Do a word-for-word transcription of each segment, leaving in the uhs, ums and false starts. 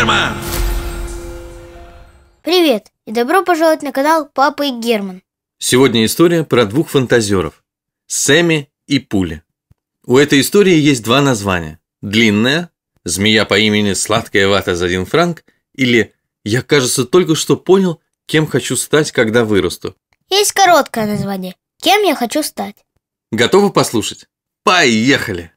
Герман! Привет и добро пожаловать на канал Папа и Герман. Сегодня история про двух фантазеров – Сэмми и Пули. У этой истории есть два названия. Длинная – «Змея по имени Сладкая вата за один франк» или «Я, кажется, только что понял, кем хочу стать, когда вырасту». Есть короткое название «Кем я хочу стать». Готовы послушать? Поехали!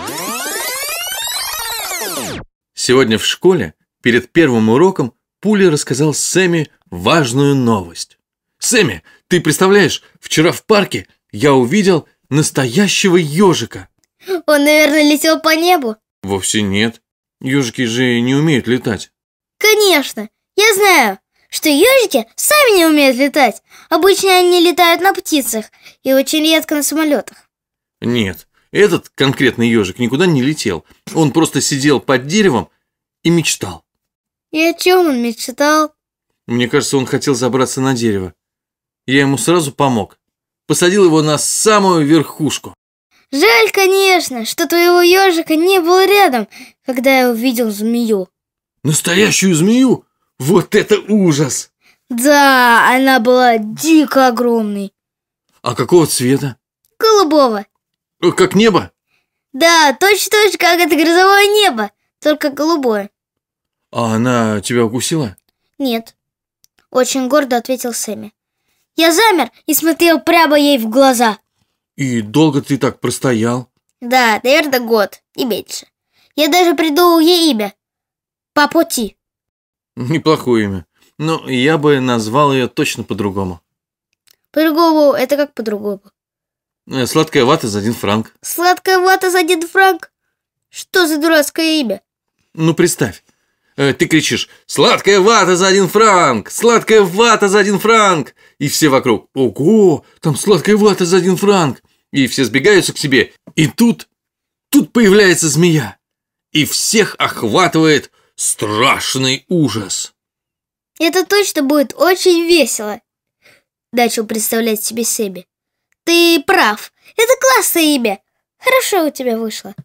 Сегодня в школе перед первым уроком Пуля рассказал Сэмми важную новость. «Сэмми, ты представляешь, вчера в парке я увидел настоящего ежика». Он, наверное, летел по небу? Вовсе нет. Ежики же не умеют летать. Конечно, я знаю, что ежики сами не умеют летать. Обычно они летают на птицах и очень редко на самолетах. Нет, этот конкретный ежик никуда не летел. Он просто сидел под деревом и мечтал. И о чем он мечтал? Мне кажется, он хотел забраться на дерево. Я ему сразу помог. Посадил его на самую верхушку. Жаль, конечно, что твоего ежика не было рядом, когда я увидел змею. Настоящую змею? Вот это ужас! Да, она была дико огромной. А какого цвета? Голубого. Как небо? Да, точно-точно, как это грозовое небо, только голубое. А она тебя укусила? Нет, очень гордо ответил Сэмми. Я замер и смотрел прямо ей в глаза. И долго ты так простоял? Да, наверное, год и меньше. Я даже придумал ей имя. По пути. Неплохое имя. Но я бы назвал ее точно по-другому. По-другому, это как по-другому? Сладкая вата за один франк. Сладкая вата за один франк? Что за дурацкое имя? Ну, представь. Ты кричишь: «Сладкая вата за один франк! Сладкая вата за один франк!» И все вокруг: «Ого, там сладкая вата за один франк!» И все сбегаются к тебе. И тут, тут появляется змея. И всех охватывает страшный ужас. Это точно будет очень весело, начал представлять себе Сэмми. Ты прав, это классное имя. Хорошо у тебя вышло.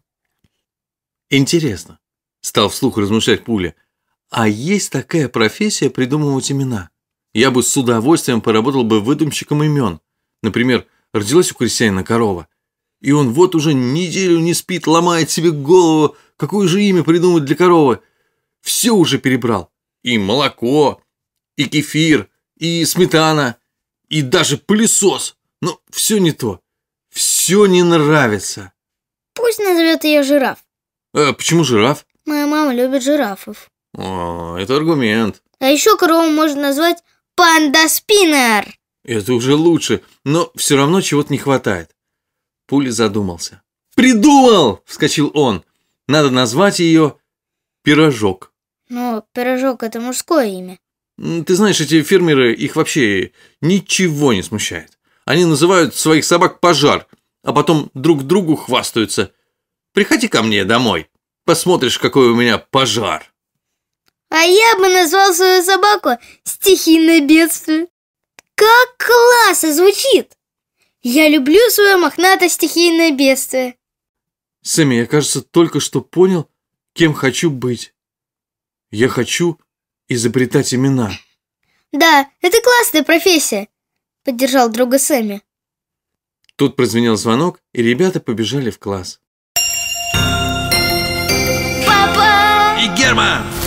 Интересно, стал вслух размышлять Пуля, а есть такая профессия — придумывать имена. Я бы с удовольствием поработал бы выдумщиком имен. Например, родилась у крестьянина корова, и он вот уже неделю не спит, ломает себе голову, какое же имя придумать для коровы. Все уже перебрал. И молоко, и кефир, и сметана, и даже пылесос. Но все не то. Все не нравится. Пусть назовет ее жираф. А почему жираф? Моя мама любит жирафов. О, это аргумент. А еще корову можно назвать Панда Спиннер. Это уже лучше, но все равно чего-то не хватает. Пуля задумался. «Придумал!» — вскочил он. «Надо назвать ее Пирожок». Но Пирожок — это мужское имя. Ты знаешь, эти фермеры, их вообще ничего не смущает. Они называют своих собак Пожар, а потом друг другу хвастаются. «Приходи ко мне домой, посмотришь, какой у меня пожар». А я бы назвал свою собаку Стихийное бедствие. Как классно звучит! Я люблю свое мохнатое стихийное бедствие. Сэмми, я, кажется, только что понял, кем хочу быть. Я хочу изобретать имена. Да, это классная профессия, поддержал друга Сэмми. Тут прозвенел звонок, и ребята побежали в класс. Папа! И Герман!